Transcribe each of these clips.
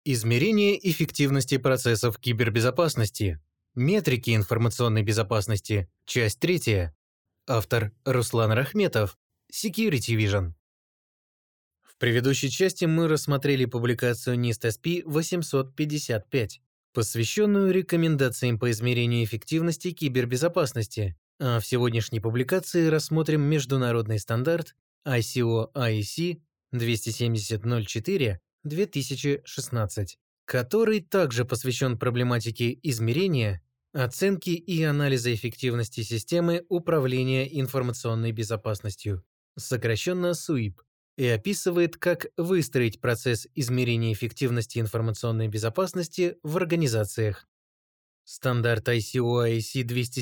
Измерение эффективности процессов кибербезопасности. Метрики информационной безопасности. Часть 3. Автор Руслан Рахметов. Security Vision. В предыдущей части мы рассмотрели публикацию NIST SP 855, посвященную рекомендациям по измерению эффективности кибербезопасности, а в сегодняшней публикации рассмотрим международный стандарт ISO/IEC 27004-2016, который также посвящен проблематике измерения, оценки и анализа эффективности системы управления информационной безопасностью, сокращенно SUIP, и описывает, как выстроить процесс измерения эффективности информационной безопасности в организациях. Стандарт ISO/IEC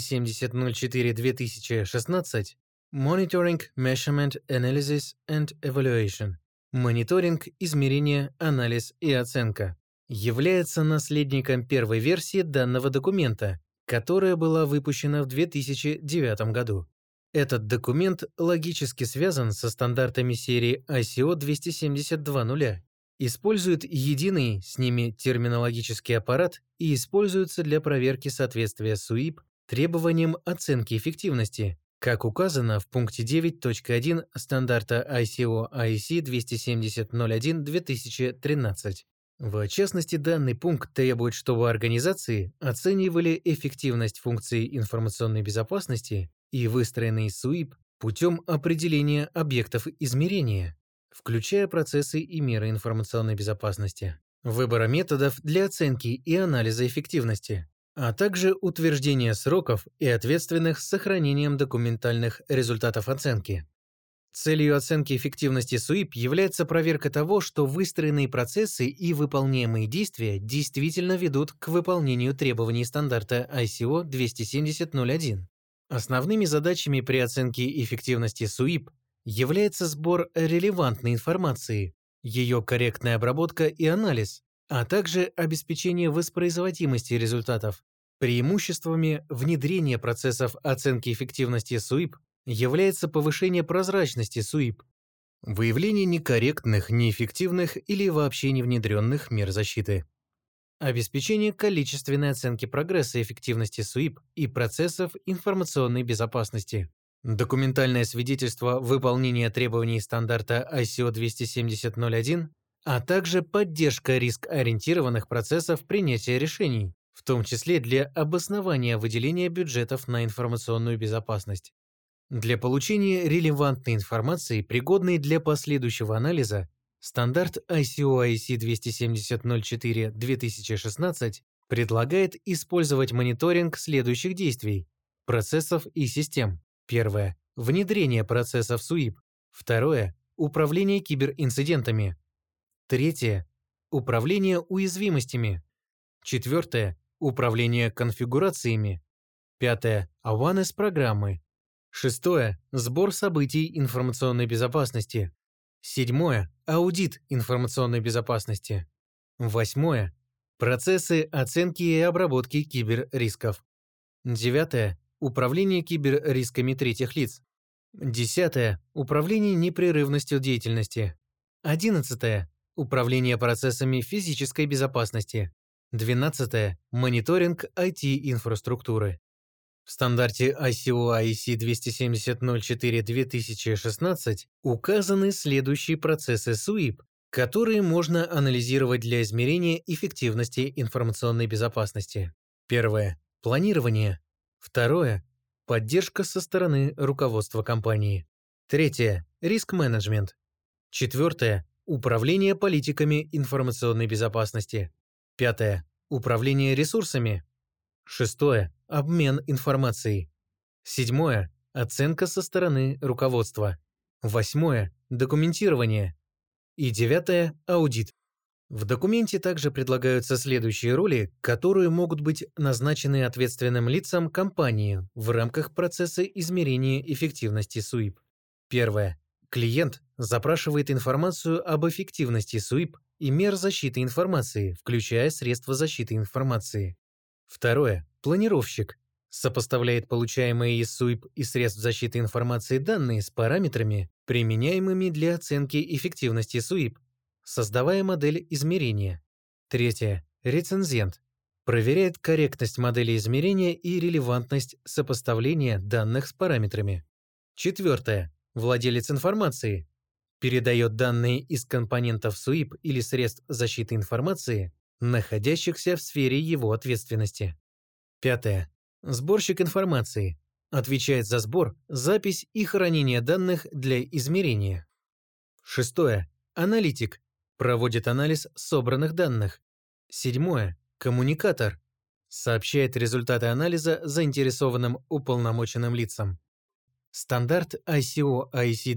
27004-2016 Monitoring, Measurement, Analysis and Evaluation. Мониторинг, измерение, анализ и оценка. Является наследником первой версии данного документа, которая была выпущена в 2009 году. Этот документ логически связан со стандартами серии ISO 272.0, использует единый с ними терминологический аппарат и используется для проверки соответствия SUIP требованиям оценки эффективности, как указано в пункте 9.1 стандарта ISO/IEC 270.01-2013. В частности, данный пункт требует, чтобы организации оценивали эффективность функций информационной безопасности и выстроенный SUIP путем определения объектов измерения, включая процессы и меры информационной безопасности, выбора методов для оценки и анализа эффективности, а также утверждения сроков и ответственных с сохранением документальных результатов оценки. Целью оценки эффективности SUIP является проверка того, что выстроенные процессы и выполняемые действия действительно ведут к выполнению требований стандарта ISO 270.01. Основными задачами при оценке эффективности SUIP является сбор релевантной информации, ее корректная обработка и анализ, а также обеспечение воспроизводимости результатов. Преимуществами внедрения процессов оценки эффективности SUIP является повышение прозрачности SUIP, выявление некорректных, неэффективных или вообще не внедренных мер защиты, обеспечение количественной оценки прогресса эффективности SUIP и процессов информационной безопасности, документальное свидетельство выполнения требований стандарта ISO 270.01, а также поддержка риск-ориентированных процессов принятия решений, в том числе для обоснования выделения бюджетов на информационную безопасность. Для получения релевантной информации, пригодной для последующего анализа, стандарт ISO/IEC 27004-2016 предлагает использовать мониторинг следующих действий, процессов и систем. Первое. Внедрение процессов SUIP. Второе. Управление киберинцидентами. Третье. Управление уязвимостями. Четвертое. Управление конфигурациями. Пятое. Awareness-программы. Шестое. Сбор событий информационной безопасности. Седьмое. Аудит информационной безопасности. Восьмое. Процессы оценки и обработки киберрисков. Девятое. Управление киберрисками третьих лиц. Десятое. Управление непрерывностью деятельности. 11. Управление процессами физической безопасности. 12. Мониторинг IT-инфраструктуры. В стандарте ISO/IEC 27004-2016 указаны следующие процессы SUIP, которые можно анализировать для измерения эффективности информационной безопасности. Первое. Планирование. Второе. Поддержка со стороны руководства компании. Третье. Риск-менеджмент. Четвертое. Управление политиками информационной безопасности. Пятое. Управление ресурсами. Шестое. Обмен информацией. Седьмое. Оценка со стороны руководства. Восьмое. Документирование. И девятое. Аудит. В документе также предлагаются следующие роли, которые могут быть назначены ответственным лицам компании в рамках процесса измерения эффективности SUIP. Первое. Клиент запрашивает информацию об эффективности SUIP и мер защиты информации, включая средства защиты информации. Второе. Планировщик сопоставляет получаемые из SUIP и средств защиты информации данные с параметрами, применяемыми для оценки эффективности SUIP, создавая модель измерения. Третье. Рецензент. Проверяет корректность модели измерения и релевантность сопоставления данных с параметрами. Четвертое. Владелец информации. Передает данные из компонентов SWIP или средств защиты информации, находящихся в сфере его ответственности. Пятое. Сборщик информации. Отвечает за сбор, запись и хранение данных для измерения. Шестое. Аналитик. Проводит анализ собранных данных. Седьмое. Коммуникатор. Сообщает результаты анализа заинтересованным уполномоченным лицам. Стандарт ICO IEC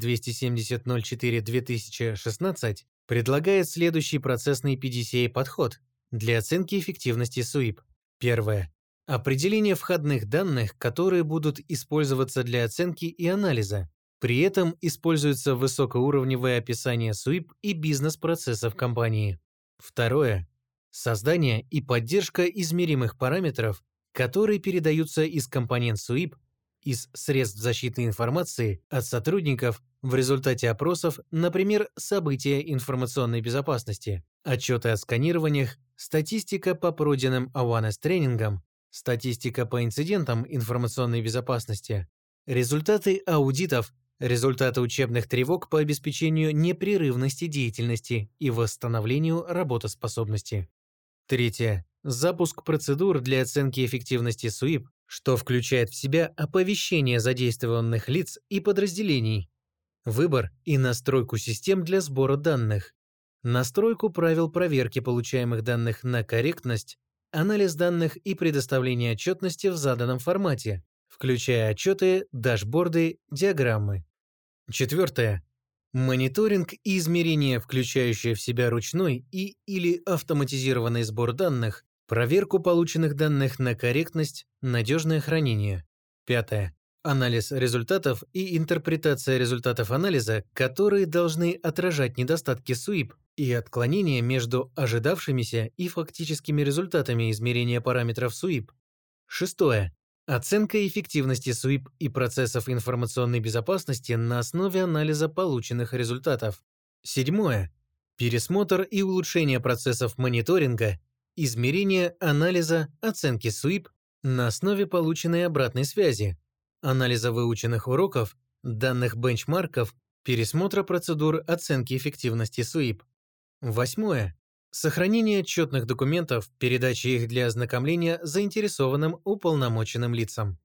27004-2016 предлагает следующий процессный PDCA-подход для оценки эффективности SWIP. Первое. Определение входных данных, которые будут использоваться для оценки и анализа. При этом используется высокоуровневое описание SWIP и бизнес-процессов компании. Второе. Создание и поддержка измеримых параметров, которые передаются из компонент SWIP, из средств защиты информации от сотрудников в результате опросов, например, события информационной безопасности, отчеты о сканированиях, статистика по пройденным awareness-тренингам, статистика по инцидентам информационной безопасности, результаты аудитов, результаты учебных тревог по обеспечению непрерывности деятельности и восстановлению работоспособности. Третье. Запуск процедур для оценки эффективности SWIP, что включает в себя оповещение задействованных лиц и подразделений, выбор и настройку систем для сбора данных, настройку правил проверки получаемых данных на корректность, анализ данных и предоставление отчетности в заданном формате, включая отчеты, дашборды, диаграммы. Четвертое. Мониторинг и измерение, включающие в себя ручной или автоматизированный сбор данных, проверку полученных данных на корректность, надежное хранение. Пятое. Анализ результатов и интерпретация результатов анализа, которые должны отражать недостатки SWIP и отклонения между ожидавшимися и фактическими результатами измерения параметров SWIP. Шестое. Оценка эффективности SWIP и процессов информационной безопасности на основе анализа полученных результатов. Седьмое. Пересмотр и улучшение процессов мониторинга, измерения, анализа, оценки SWIP на основе полученной обратной связи, анализа выученных уроков, данных бенчмарков, пересмотра процедур оценки эффективности SWIP. Восьмое. Сохранение отчетных документов, передача их для ознакомления заинтересованным уполномоченным лицам.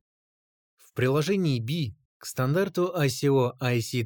В приложении B к стандарту ICO IEC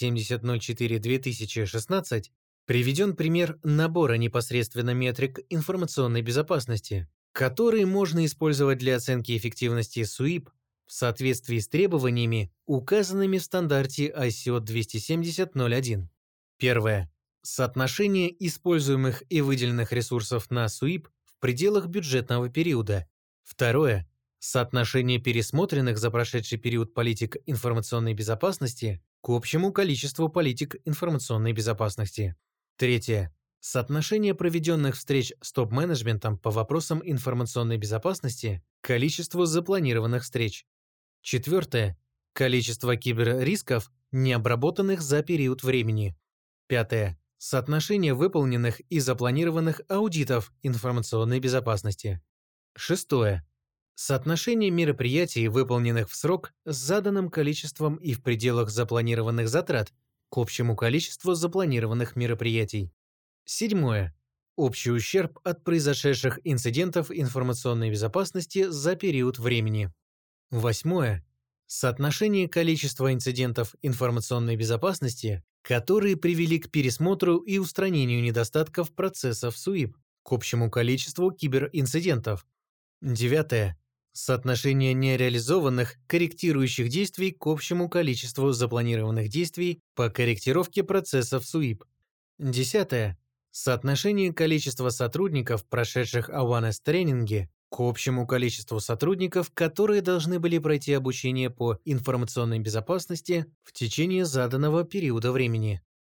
27004-2016 приведен пример набора непосредственно метрик информационной безопасности, которые можно использовать для оценки эффективности SWIP в соответствии с требованиями, указанными в стандарте ICO 270.01. Первое. Соотношение используемых и выделенных ресурсов на SWIP в пределах бюджетного периода. Второе. Соотношение пересмотренных за прошедший период политик информационной безопасности к общему количеству политик информационной безопасности. Третье. Соотношение проведенных встреч с топ-менеджментом по вопросам информационной безопасности к количеству запланированных встреч. Четвертое. Количество киберрисков, не обработанных за период времени. Пятое. Соотношение выполненных и запланированных аудитов информационной безопасности. Шестое. Соотношение мероприятий, выполненных в срок, с заданным количеством и в пределах запланированных затрат к общему количеству запланированных мероприятий. Седьмое. Общий ущерб от произошедших инцидентов информационной безопасности за период времени. Восьмое. Соотношение количества инцидентов информационной безопасности, которые привели к пересмотру и устранению недостатков процессов SWIP, к общему количеству киберинцидентов. Девятое. Соотношение нереализованных корректирующих действий к общему количеству запланированных действий по корректировке процессов SWIP. Десятое. Соотношение количества сотрудников, прошедших awareness-тренинги, к общему количеству сотрудников, которые должны были пройти обучение по информационной безопасности в течение заданного периода времени.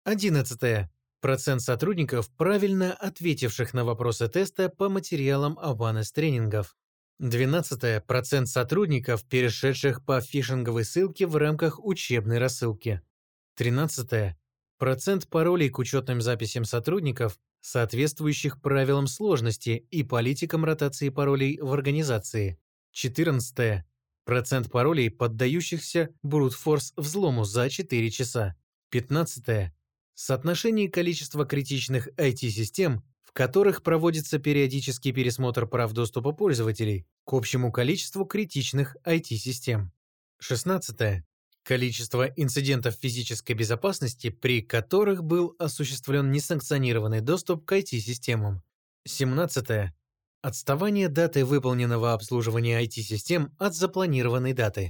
11. Процент сотрудников, правильно ответивших на вопросы теста по материалам awareness-тренингов. 12. Процент сотрудников, перешедших по фишинговой ссылке в рамках учебной рассылки. 13. Процент паролей к учетным записям сотрудников, соответствующих правилам сложности и политикам ротации паролей в организации. 14. Процент паролей, поддающихся брут-форс взлому за 4 часа. 15. Соотношение количества критичных IT-систем, в которых проводится периодический пересмотр прав доступа пользователей, к общему количеству критичных IT-систем. 16. Количество инцидентов физической безопасности, при которых был осуществлен несанкционированный доступ к IT-системам. 17. Отставание даты выполненного обслуживания IT-систем от запланированной даты.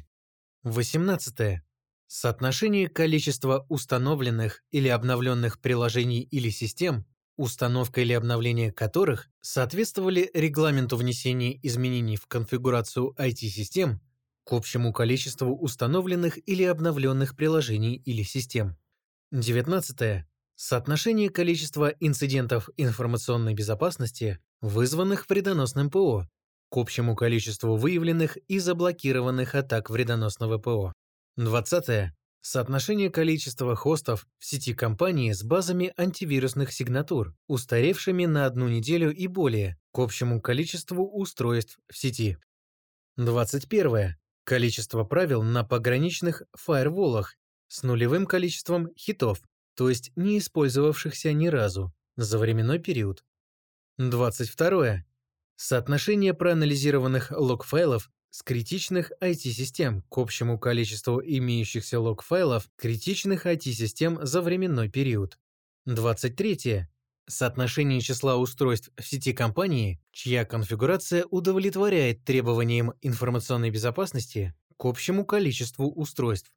18. Соотношение количества установленных или обновленных приложений или систем, установка или обновление которых соответствовали регламенту внесения изменений в конфигурацию IT-систем, к общему количеству установленных или обновленных приложений или систем. 19. Соотношение количества инцидентов информационной безопасности, вызванных вредоносным ПО, к общему количеству выявленных и заблокированных атак вредоносного ПО. 20. Соотношение количества хостов в сети компании с базами антивирусных сигнатур, устаревшими на 1 неделю и более, к общему количеству устройств в сети. 21. Количество правил на пограничных фаерволах с нулевым количеством хитов, то есть не использовавшихся ни разу, за временной период. 22. Соотношение проанализированных лог-файлов с критичных IT-систем к общему количеству имеющихся лог-файлов критичных IT-систем за временной период. 23. Соотношение числа устройств в сети компании, чья конфигурация удовлетворяет требованиям информационной безопасности, к общему количеству устройств.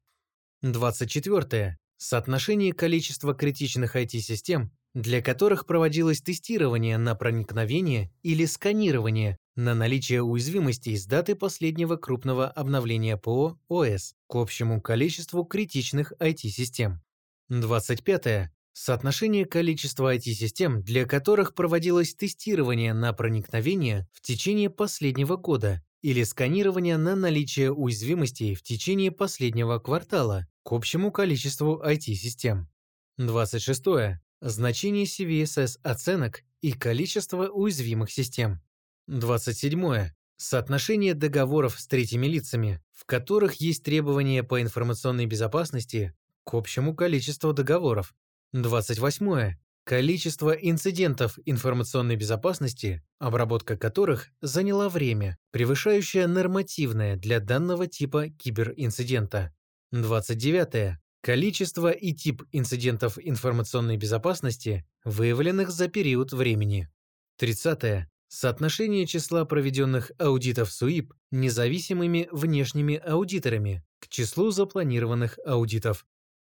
24. Соотношение количества критичных IT-систем, для которых проводилось тестирование на проникновение или сканирование на наличие уязвимостей с даты последнего крупного обновления ПО ОС, к общему количеству критичных IT-систем. 25. Соотношение количества IT-систем, для которых проводилось тестирование на проникновение в течение последнего года или сканирование на наличие уязвимостей в течение последнего квартала, к общему количеству IT-систем. 26. Значение CVSS оценок и количество уязвимых систем. 27. Соотношение договоров с третьими лицами, в которых есть требования по информационной безопасности, к общему количеству договоров. 28. Количество инцидентов информационной безопасности, обработка которых заняла время, превышающее нормативное для данного типа киберинцидента. 29. Количество и тип инцидентов информационной безопасности, выявленных за период времени. 30. Соотношение числа проведенных аудитов СУИП независимыми внешними аудиторами к числу запланированных аудитов.